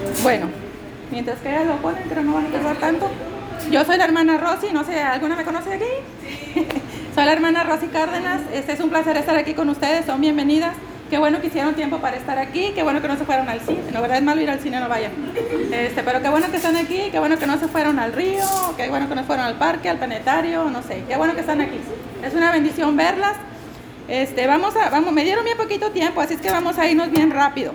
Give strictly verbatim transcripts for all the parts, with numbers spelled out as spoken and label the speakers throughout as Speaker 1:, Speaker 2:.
Speaker 1: Bueno, mientras que ellas lo ponen, pero no van a tardar tanto. Yo soy la hermana Rosy, no sé, ¿alguna me conoce de aquí? Soy la hermana Rosy Cárdenas. Este es un placer estar aquí con ustedes, son bienvenidas. Qué bueno que hicieron tiempo para estar aquí, qué bueno que no se fueron al cine. No, verdad es malo ir al cine, no vayan. Este, pero qué bueno que están aquí, qué bueno que no se fueron al río, qué bueno que no fueron al parque, al planetario, no sé. Qué bueno que están aquí. Es una bendición verlas. Este, vamos a, vamos, me dieron bien poquito tiempo, así es que vamos a irnos bien rápido.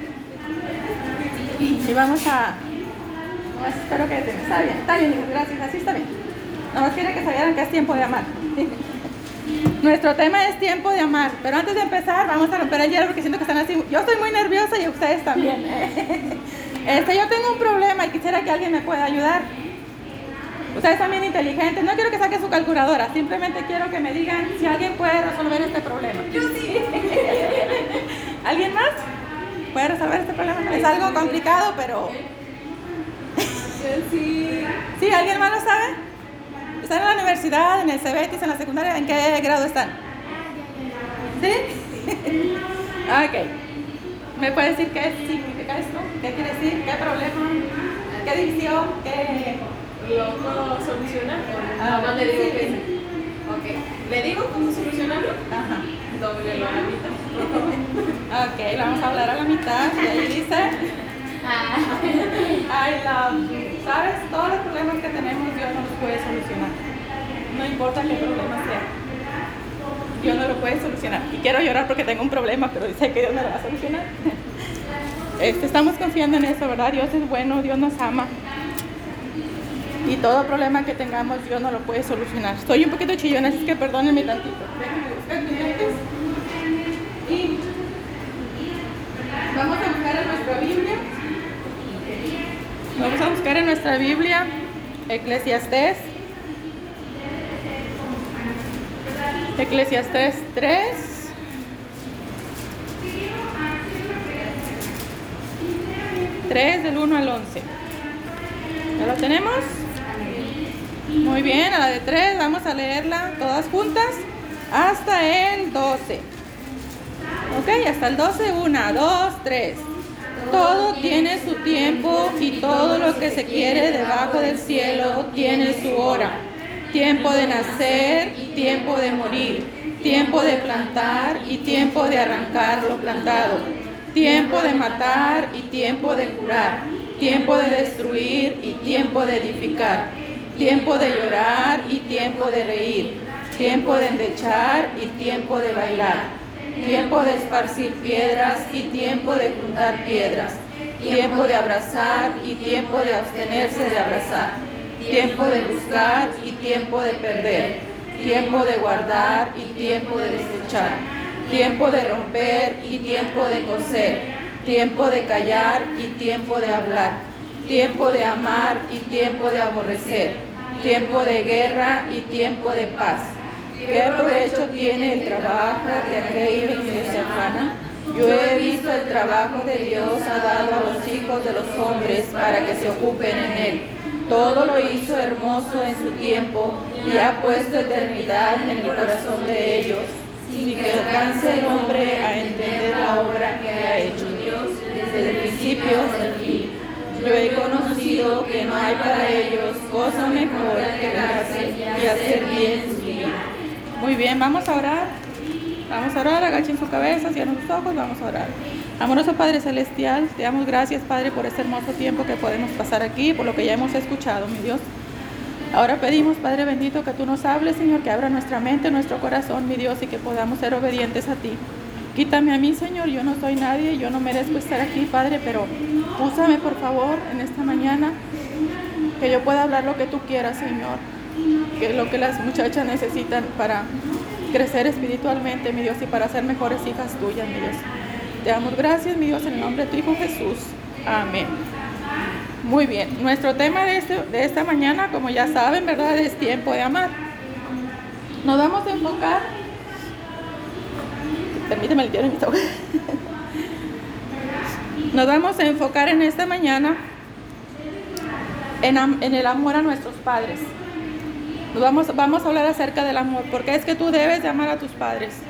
Speaker 1: Y vamos a, no, espero que te, está bien, está bien, gracias, así está bien. Nomás quiere que sabieran que es tiempo de amar. Nuestro tema es tiempo de amar, pero antes de empezar vamos a romper el hielo porque siento que están así. Yo estoy muy nerviosa y ustedes también. Este, yo tengo un problema y quisiera que alguien me pueda ayudar. Ustedes son bien inteligentes, no quiero que saquen su calculadora, simplemente quiero que me digan si alguien puede resolver este problema.
Speaker 2: Yo sí.
Speaker 1: ¿Alguien más puede resolver este problema? Es algo complicado, pero...
Speaker 2: Yo sí.
Speaker 1: ¿Sí? ¿Alguien más lo sabe? ¿Están en la universidad, en el Cebetis, en la secundaria? ¿En qué grado están? ¿Sí? Ok. ¿Me puede decir qué significa esto? ¿Qué quiere decir? ¿Qué problema? ¿Qué división? ¿Qué...?
Speaker 2: ¿Lo puedo solucionar?
Speaker 1: Ah,
Speaker 2: no le digo
Speaker 1: sí,
Speaker 2: que
Speaker 1: sí.
Speaker 2: sí. Ok. ¿Le digo cómo solucionarlo?
Speaker 1: Ajá.
Speaker 2: Doblelo a la mitad.
Speaker 1: Ok, vamos a hablar a la mitad. Y ahí dice... I love you. ¿Sabes? Todos los problemas que tenemos Dios no los puede solucionar. No importa qué problema sea. Dios no lo puede solucionar. Y quiero llorar porque tengo un problema, pero sé que Dios me lo va a solucionar. Este, estamos confiando en eso, ¿verdad? Dios es bueno, Dios nos ama. Y todo problema que tengamos Dios no lo puede solucionar. Estoy un poquito chillona, así que perdónenme tantito. Déjenme buscar mis lentes. Y vamos a buscar en nuestra Biblia. Vamos a buscar en nuestra Biblia Eclesiastés. Eclesiastés tres. tres del uno al once. ¿Ya lo tenemos? Muy bien, a la de tres vamos a leerla todas juntas hasta el doce. Ok, hasta el doce, una, dos, tres. Todo tiene su tiempo y todo lo que se quiere debajo del cielo tiene su hora. Tiempo de nacer y tiempo de morir. Tiempo de plantar y tiempo de arrancar lo plantado. Tiempo de matar y tiempo de curar. Tiempo de destruir y tiempo de edificar. Tiempo de llorar y tiempo de reír. Tiempo de endechar y tiempo de bailar. Tiempo de esparcir piedras y tiempo de juntar piedras. Tiempo de abrazar y tiempo de abstenerse de abrazar. Tiempo de buscar y tiempo de perder. Tiempo de guardar y tiempo de desechar. Tiempo de romper y tiempo de coser. Tiempo de callar y tiempo de hablar. Tiempo de amar y tiempo de aborrecer. Tiempo de guerra y tiempo de paz. ¿Qué provecho tiene el trabajo de aquellos que se afanan? Yo he visto el trabajo de Dios ha dado a los hijos de los hombres para que se ocupen en él. Todo lo hizo hermoso en su tiempo y ha puesto eternidad en el corazón de ellos, sin que alcance el hombre a entender la obra que ha hecho Dios desde el principio hasta el fin. Yo he conocido que no hay para ellos cosa mejor que darse y hacer bien su vida. Muy bien, vamos a orar. Vamos a orar, agachen su cabeza, cierren sus ojos, vamos a orar. Amoroso Padre Celestial, te damos gracias, Padre, por este hermoso tiempo que podemos pasar aquí, por lo que ya hemos escuchado, mi Dios. Ahora pedimos, Padre bendito, que tú nos hables, Señor, que abra nuestra mente, nuestro corazón, mi Dios, y que podamos ser obedientes a ti. Quítame a mí, Señor, yo no soy nadie, yo no merezco estar aquí, Padre, pero úsame, por favor, en esta mañana, que yo pueda hablar lo que tú quieras, Señor, que es lo que las muchachas necesitan para crecer espiritualmente, mi Dios, y para ser mejores hijas tuyas, mi Dios. Te damos gracias, mi Dios, en el nombre de tu Hijo Jesús. Amén. Muy bien, nuestro tema de, este, de esta mañana, como ya saben, ¿verdad?, es tiempo de amar. Nos vamos a enfocar, permíteme limpiar mi toque. Nos vamos a enfocar en esta mañana en, en el amor a nuestros padres. Nos vamos, vamos a hablar acerca del amor, porque es que tú debes de amar a tus padres.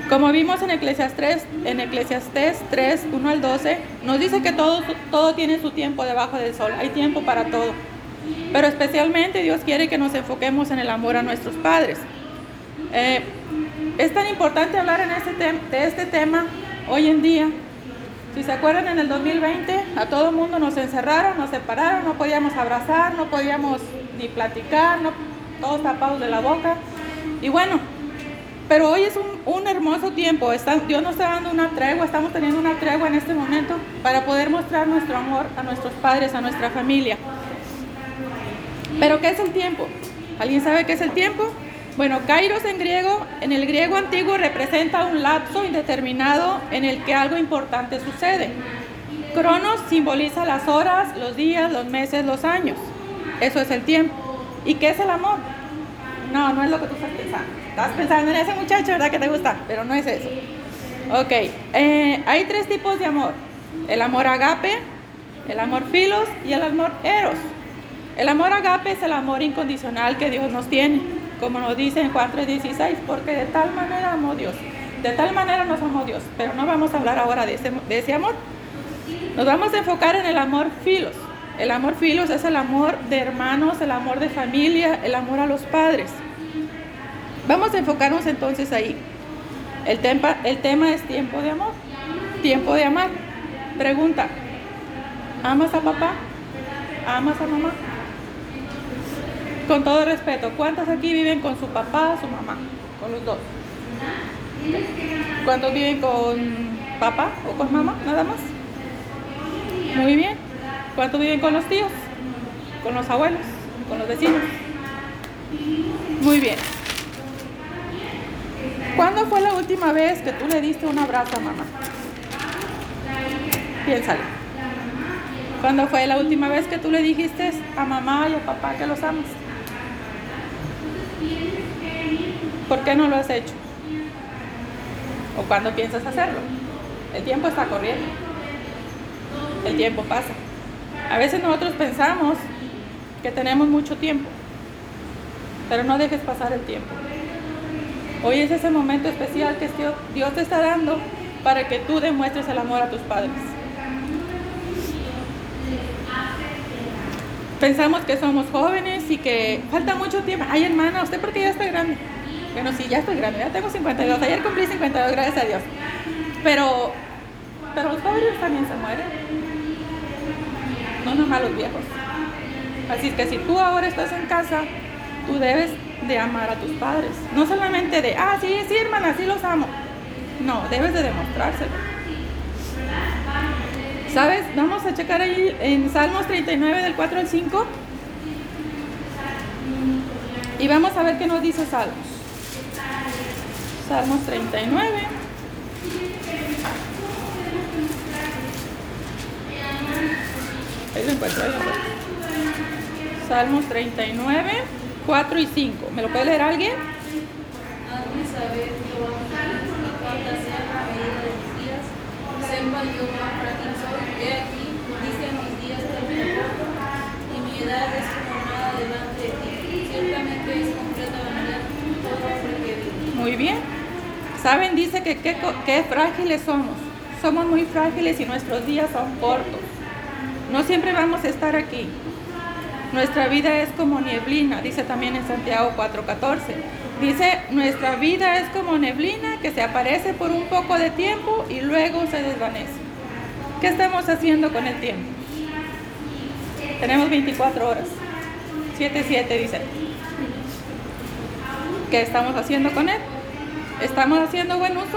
Speaker 1: Como vimos en Eclesiastés, en Eclesiastés tres, uno al doce, nos dice que todo, todo tiene su tiempo debajo del sol, hay tiempo para todo. Pero especialmente Dios quiere que nos enfoquemos en el amor a nuestros padres. Eh, es tan importante hablar en este tem- de este tema hoy en día. Si se acuerdan, en el dos mil veinte a todo el mundo nos encerraron, nos separaron, no podíamos abrazar, no podíamos ni platicar, no, todos tapados de la boca. Y bueno, pero hoy es un, un hermoso tiempo. Está, Dios nos está dando una tregua, estamos teniendo una tregua en este momento para poder mostrar nuestro amor a nuestros padres, a nuestra familia. Pero ¿qué es el tiempo? ¿Alguien sabe qué es el tiempo? Bueno, kairos en griego, en el griego antiguo representa un lapso indeterminado en el que algo importante sucede. Cronos simboliza las horas, los días, los meses, los años. Eso es el tiempo. ¿Y qué es el amor? No, no es lo que tú estás pensando. Estás pensando en ese muchacho, ¿verdad? Que te gusta, pero no es eso. Ok, eh, hay tres tipos de amor. El amor agape, el amor filos y el amor eros. El amor agape es el amor incondicional que Dios nos tiene, como nos dice en Juan tres dieciséis, porque de tal manera amó Dios. De tal manera nos amó Dios, pero no vamos a hablar ahora de ese, de ese amor. Nos vamos a enfocar en el amor filos. El amor filos es el amor de hermanos, el amor de familia, el amor a los padres. Vamos a enfocarnos entonces ahí. El tema, el tema es tiempo de amor, tiempo de amar. Pregunta, ¿amas a papá? ¿Amas a mamá? Con todo respeto, ¿cuántos aquí viven con su papá, su mamá? Con los dos. ¿Cuántos viven con papá o con mamá? Nada más. Muy bien. ¿Cuántos viven con los tíos? ¿Con los abuelos? ¿Con los vecinos? Muy bien. ¿Cuándo fue la última vez que tú le diste un abrazo a mamá? Piénsalo. ¿Cuándo fue la última vez que tú le dijiste a mamá y a papá que los amas? ¿Por qué no lo has hecho? ¿O cuándo piensas hacerlo? El tiempo está corriendo. El tiempo pasa. A veces nosotros pensamos que tenemos mucho tiempo, pero no dejes pasar el tiempo. Hoy es ese momento especial que Dios te está dando para que tú demuestres el amor a tus padres. Pensamos que somos jóvenes y que falta mucho tiempo. Ay, hermana, ¿usted por qué ya está grande? Bueno, sí, ya estoy grande, ya tengo cincuenta y dos. Ayer cumplí cincuenta y dos, gracias a Dios. Pero, pero los jóvenes también se mueren. No nomás los viejos. Así que si tú ahora estás en casa, tú debes de amar a tus padres. No solamente de, ah, sí, sí, hermana, sí los amo. No, debes de demostrárselo. ¿Sabes? Vamos a checar ahí en Salmos treinta y nueve, del cuatro al cinco. Y vamos a ver qué nos dice Salmos. Salmos treinta y nueve. Ahí lo encuentro, ahí lo encuentro. Salmos treinta y nueve, cuatro y cinco. ¿Me lo puede leer alguien?
Speaker 3: Hazme saber, Jehová, cuánta sea la medida de mis días. Sepa yo cuán frágil soy. He aquí, dice mis días término corto, y mi edad es como nada delante de ti. Ciertamente es completa vanidad todo hombre que vive.
Speaker 1: Muy bien. ¿Saben? Dice que qué qué frágiles somos. Somos muy frágiles y nuestros días son cortos. No siempre vamos a estar aquí. Nuestra vida es como neblina, dice también en Santiago cuatro catorce. Dice, nuestra vida es como neblina que se aparece por un poco de tiempo y luego se desvanece. ¿Qué estamos haciendo con el tiempo? Tenemos veinticuatro horas. siete siete dice. ¿Qué estamos haciendo con él? ¿Estamos haciendo buen uso?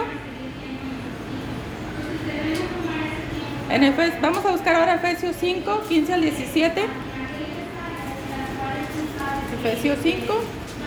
Speaker 1: En Efes, vamos a buscar ahora Efesios cinco, quince al diecisiete. Efesios cinco.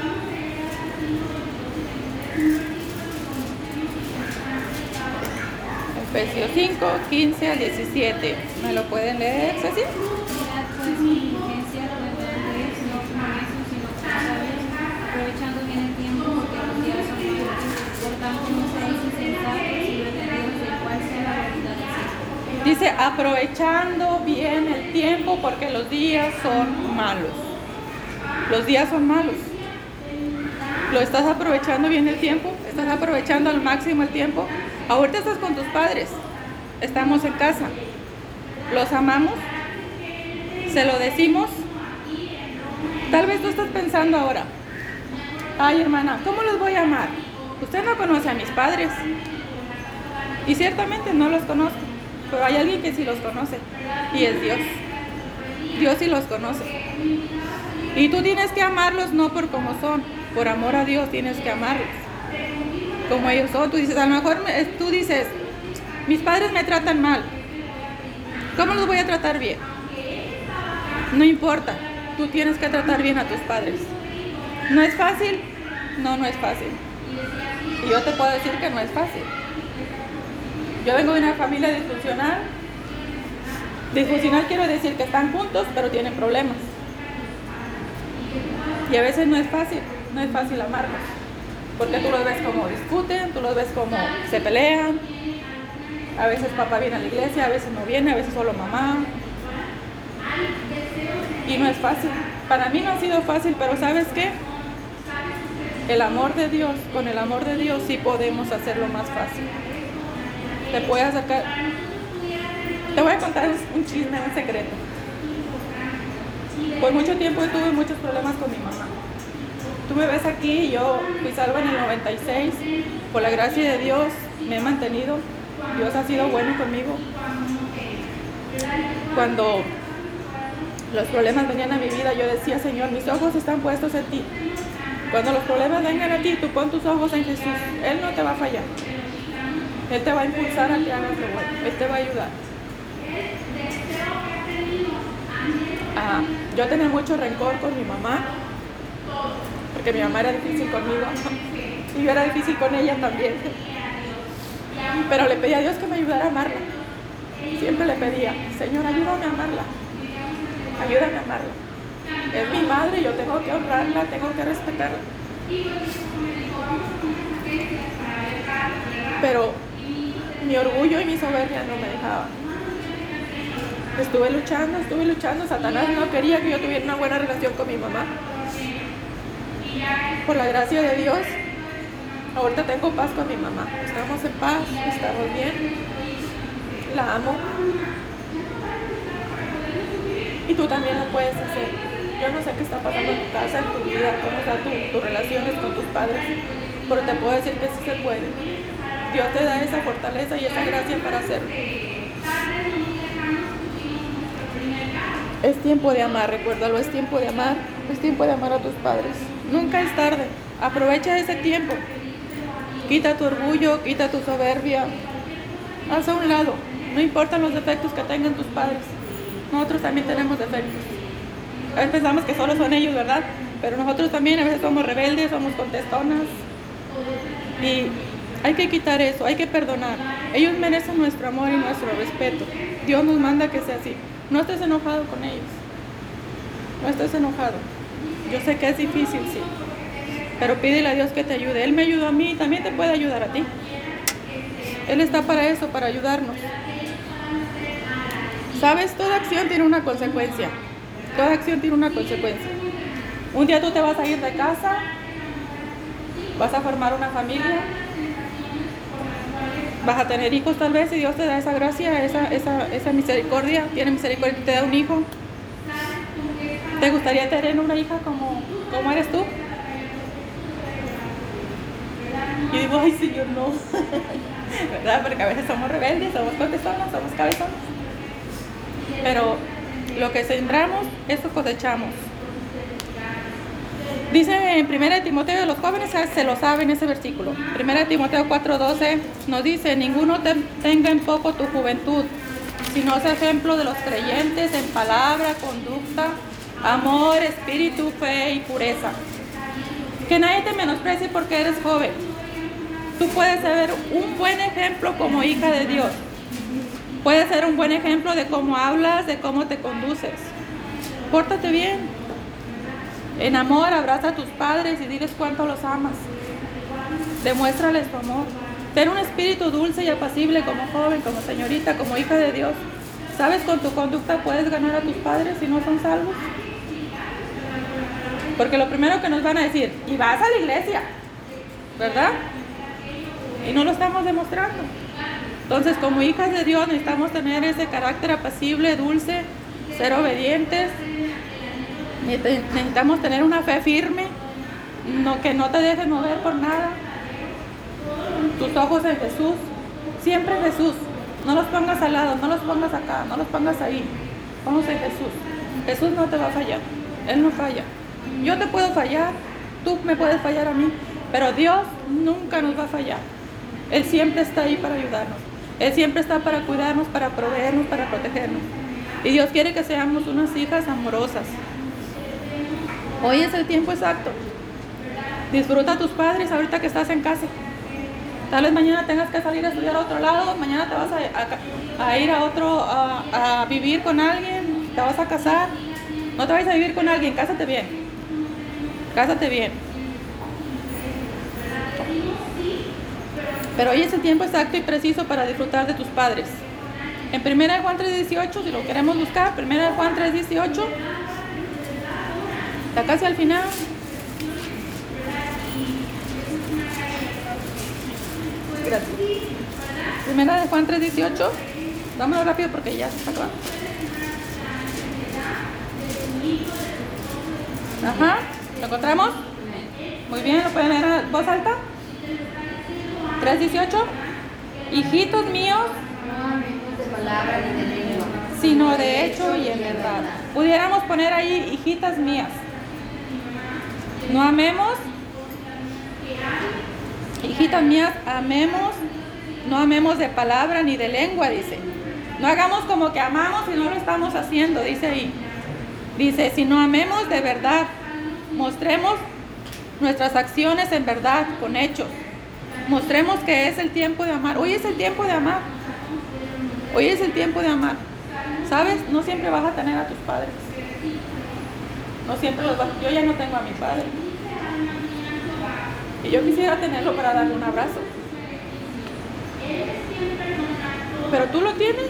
Speaker 1: Efesios cinco, quince al diecisiete. ¿Me lo pueden leer, Ceci?
Speaker 3: Mirad pues mi diligencia, cuidándoles, no como necios, sino como sabios, aprovechando bien el tiempo, porque los días son malos. Por tanto, no seáis insensatos, sino entendidos del cual sea la voluntad del Señor.
Speaker 1: Dice, aprovechando bien el tiempo, porque los días son malos. Los días son malos. ¿Lo estás aprovechando bien el tiempo? ¿Estás estás aprovechando al máximo el tiempo. Ahorita estás con tus padres, estamos en casa, los amamos, se lo decimos. Tal vez tú estás pensando ahora, ay hermana, ¿cómo los voy a amar? Usted no conoce a mis padres. Y ciertamente no los conozco, pero hay alguien que sí los conoce, y es Dios. Dios sí los conoce. Y tú tienes que amarlos no por cómo son, por amor a Dios tienes que amarlos como ellos son. Tú dices, a lo mejor tú dices, mis padres me tratan mal, ¿cómo los voy a tratar bien? No importa, tú tienes que tratar bien a tus padres. ¿No es fácil? No, no es fácil. Y yo te puedo decir que no es fácil. Yo vengo de una familia disfuncional. Disfuncional quiero decir que están juntos, pero tienen problemas. Y a veces no es fácil, no es fácil amarlos. Porque tú los ves como discuten, tú los ves como se pelean. A veces papá viene a la iglesia, a veces no viene, a veces solo mamá. Y no es fácil. Para mí no ha sido fácil, pero ¿sabes qué? El amor de Dios, con el amor de Dios sí podemos hacerlo más fácil. Te puede acercar. Te voy a contar un chisme, un secreto. Por mucho tiempo tuve muchos problemas con mi mamá. Tú me ves aquí, yo fui salva en el noventa y seis. Por la gracia de Dios me he mantenido. Dios ha sido bueno conmigo. Cuando los problemas venían a mi vida, yo decía, Señor, mis ojos están puestos en ti. Cuando los problemas vengan a ti, tú pon tus ojos en Jesús. Él no te va a fallar. Él te va a impulsar a que hagas lo bueno. Él te va a ayudar. Ah, yo tenía mucho rencor con mi mamá, porque mi mamá era difícil conmigo y yo era difícil con ella también. Pero le pedí a Dios que me ayudara a amarla. Siempre le pedía, Señor, ayúdame a amarla. Ayúdame a amarla. Es mi madre, yo tengo que honrarla, tengo que respetarla. Pero mi orgullo y mi soberbia no me dejaban. Estuve luchando, estuve luchando. Satanás no quería que yo tuviera una buena relación con mi mamá. Por la gracia de Dios, ahorita tengo paz con mi mamá. Estamos en paz, estamos bien. La amo. Y tú también lo puedes hacer. Yo no sé qué está pasando en tu casa, en tu vida, cómo están tu, tus relaciones con tus padres, pero te puedo decir que sí se puede. Dios te da esa fortaleza y esa gracia para hacerlo. Es tiempo de amar, recuérdalo, es tiempo de amar, es tiempo de amar a tus padres. Nunca es tarde, aprovecha ese tiempo. Quita tu orgullo, quita tu soberbia, haz a un lado. No importan los defectos que tengan tus padres, nosotros también tenemos defectos. A veces pensamos que solo son ellos, ¿verdad? Pero nosotros también a veces somos rebeldes, somos contestonas. Y hay que quitar eso, hay que perdonar. Ellos merecen nuestro amor y nuestro respeto. Dios nos manda que sea así. No estés enojado con ellos. No estés enojado. Yo sé que es difícil, sí. Pero pídele a Dios que te ayude. Él me ayudó a mí y también te puede ayudar a ti. Él está para eso, para ayudarnos. ¿Sabes? Toda acción tiene una consecuencia. Toda acción tiene una consecuencia. Un día tú te vas a ir de casa, vas a formar una familia, vas a tener hijos tal vez y Dios te da esa gracia, esa, esa, esa misericordia, tiene misericordia y te da un hijo. ¿Te gustaría tener una hija como, como eres tú? Y digo, ay Señor, no. ¿Verdad? Porque a veces somos rebeldes, somos contestonas, somos cabezones. Pero lo que sembramos, eso cosechamos. Dice en primera de Timoteo, los jóvenes se lo saben ese versículo. primera de Timoteo cuatro doce nos dice, ninguno te tenga en poco tu juventud, sino es ejemplo de los creyentes en palabra, conducta, amor, espíritu, fe y pureza. Que nadie te menosprecie porque eres joven. Tú puedes ser un buen ejemplo como hija de Dios. Puedes ser un buen ejemplo de cómo hablas, de cómo te conduces. Pórtate bien. En amor, abraza a tus padres y diles cuánto los amas. Demuéstrales tu amor. Ten un espíritu dulce y apacible como joven, como señorita, como hija de Dios. ¿Sabes? Con tu conducta puedes ganar a tus padres si no son salvos. Porque lo primero que nos van a decir, y vas a la iglesia, ¿verdad? y no lo estamos demostrando. Entonces, como hijas de Dios, necesitamos tener ese carácter apacible, dulce, ser obedientes. Necesitamos tener una fe firme, no, que no te dejes mover por nada. Tus ojos en Jesús, siempre en Jesús. No los pongas al lado, no los pongas acá, no los pongas ahí. Ponlos en Jesús. Jesús no te va a fallar, Él no falla. Yo te puedo fallar, tú me puedes fallar a mí, pero Dios nunca nos va a fallar. Él siempre está ahí para ayudarnos. Él siempre está para cuidarnos, para proveernos, para protegernos. Y Dios quiere que seamos unas hijas amorosas. Hoy es el tiempo exacto. Disfruta a tus padres ahorita que estás en casa. Tal vez mañana tengas que salir a estudiar a otro lado, mañana te vas a, a, a ir a otro, a, a vivir con alguien, te vas a casar. No te vayas a vivir con alguien, cásate bien. Cásate bien. Pero hoy es el tiempo exacto y preciso para disfrutar de tus padres. En primera de Juan tres dieciocho, si lo queremos buscar, primera de Juan tres dieciocho, está casi al final. Gracias. Primera de Juan tres dieciocho, dámelo rápido porque ya se está acabando. Ajá, ¿lo encontramos? Muy bien, ¿lo pueden leer a voz alta? tres dieciocho. Hijitos míos,
Speaker 3: No amemos de palabra ni de lengua,
Speaker 1: sino de hecho y en verdad. Pudiéramos poner ahí, hijitas mías. No amemos, hijitas mías, amemos, no amemos de palabra ni de lengua, dice. No hagamos como que amamos y no lo estamos haciendo, dice ahí. Dice, si no amemos de verdad, mostremos nuestras acciones en verdad, con hechos. Mostremos que es el tiempo de amar. Hoy es el tiempo de amar. Hoy es el tiempo de amar. ¿Sabes? No siempre vas a tener a tus padres. No siempre los vas. Yo ya no tengo a mi padre. Y yo quisiera tenerlo para darle un abrazo. Pero tú lo tienes.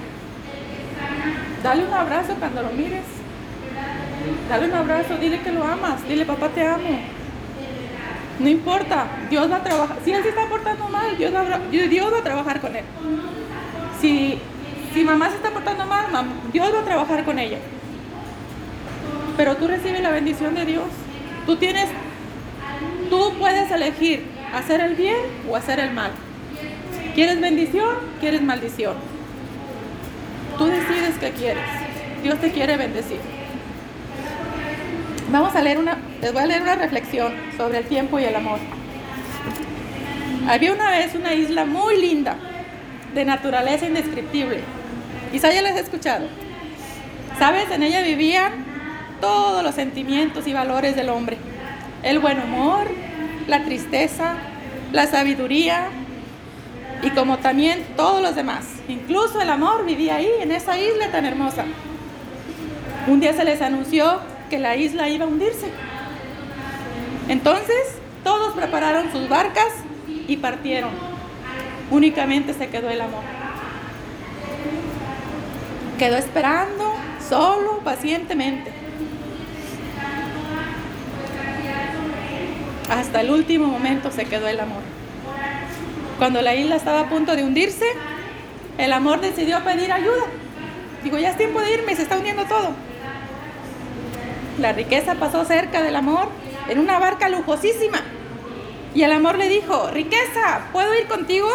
Speaker 1: Dale un abrazo cuando lo mires. Dale un abrazo, dile que lo amas. Dile, papá, te amo. No importa, Dios va a trabajar. Si él se está portando mal, Dios va a, Dios va a trabajar con él. Si, si mamá se está portando mal, mam, Dios va a trabajar con ella. Pero tú recibes la bendición de Dios. Tú tienes, tú puedes elegir hacer el bien o hacer el mal. ¿Quieres bendición? ¿Quieres maldición? Tú decides qué quieres. Dios te quiere bendecir. Vamos a leer una, les voy a leer una reflexión sobre el tiempo y el amor. Había una vez una isla muy linda, de naturaleza indescriptible. Quizá ya les he escuchado. ¿Sabes? En ella vivían todos los sentimientos y valores del hombre. El buen humor, la tristeza, la sabiduría y como también todos los demás. Incluso el amor vivía ahí, en esa isla tan hermosa. Un día se les anunció que la isla iba a hundirse. Entonces, todos prepararon sus barcas y partieron. Únicamente se quedó el amor. Quedó esperando, solo, pacientemente. Hasta el último momento se quedó el amor. Cuando la isla estaba a punto de hundirse, el amor decidió pedir ayuda. Digo, ya es tiempo de irme, se está hundiendo todo. La riqueza pasó cerca del amor en una barca lujosísima. Y el amor le dijo, riqueza, ¿puedo ir contigo?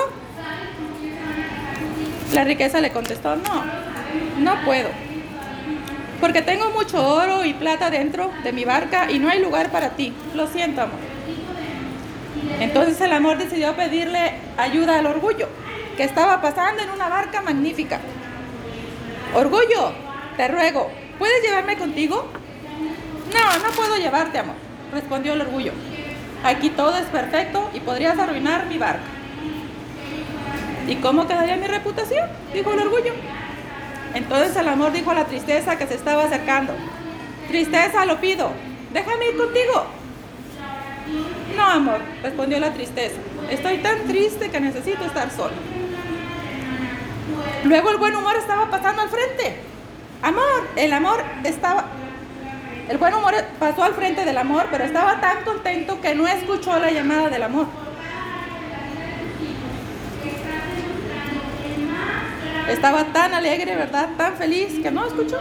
Speaker 1: La riqueza le contestó, no, no puedo. Porque tengo mucho oro y plata dentro de mi barca y no hay lugar para ti. Lo siento, amor. Entonces el amor decidió pedirle ayuda al orgullo, que estaba pasando en una barca magnífica. Orgullo, te ruego, ¿puedes llevarme contigo? No, no puedo llevarte, amor, respondió el orgullo. Aquí todo es perfecto y podrías arruinar mi barca. ¿Y cómo quedaría mi reputación?, dijo el orgullo. Entonces el amor dijo a la tristeza que se estaba acercando, tristeza, lo pido, déjame ir contigo. No, amor, respondió la tristeza, estoy tan triste que necesito estar sola. Luego el buen humor estaba pasando al frente. Amor, el amor estaba... El buen humor pasó al frente del amor, pero estaba tan contento que no escuchó la llamada del amor. Estaba tan alegre, ¿verdad? Tan feliz que no escuchó.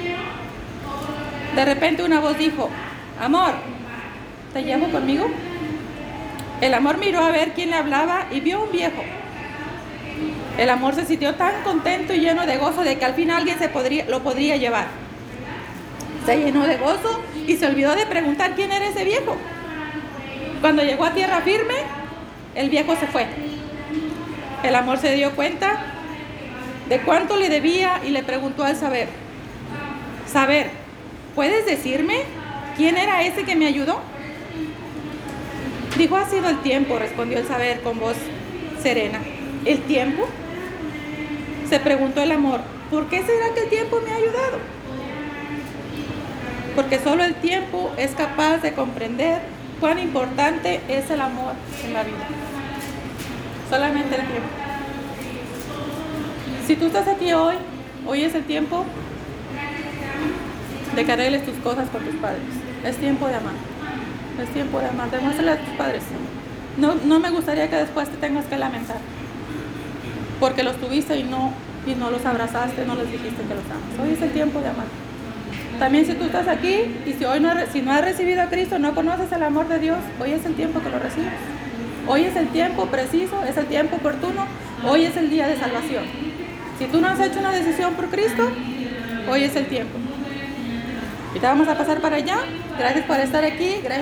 Speaker 1: De repente una voz dijo: amor, ¿te llevo conmigo? El amor miró a ver quién le hablaba y vio a un viejo. El amor se sintió tan contento y lleno de gozo de que al fin alguien se podría, lo podría llevar. Se llenó de gozo y se olvidó de preguntar quién era ese viejo. Cuando llegó a tierra firme, el viejo se fue. El amor se dio cuenta de cuánto le debía y le preguntó al saber: Saber, ¿puedes decirme quién era ese que me ayudó? Dijo: ha sido el tiempo, respondió el saber con voz serena. ¿El tiempo? Se preguntó el amor: ¿por qué será que el tiempo me ha ayudado? Porque solo el tiempo es capaz de comprender cuán importante es el amor en la vida. Solamente el tiempo. Si tú estás aquí hoy, hoy es el tiempo de que arregles tus cosas con tus padres. Es tiempo de amar. Es tiempo de amar. Demuéstrale a tus padres. No, no me gustaría que después te tengas que lamentar porque los tuviste y no, y no los abrazaste, no les dijiste que los amas. Hoy es el tiempo de amar. También si tú estás aquí y si hoy no, si no has recibido a Cristo, no conoces el amor de Dios, hoy es el tiempo que lo recibes. Hoy es el tiempo preciso, es el tiempo oportuno, hoy es el día de salvación. Si tú no has hecho una decisión por Cristo, hoy es el tiempo. Y te vamos a pasar para allá. Gracias por estar aquí. Gracias.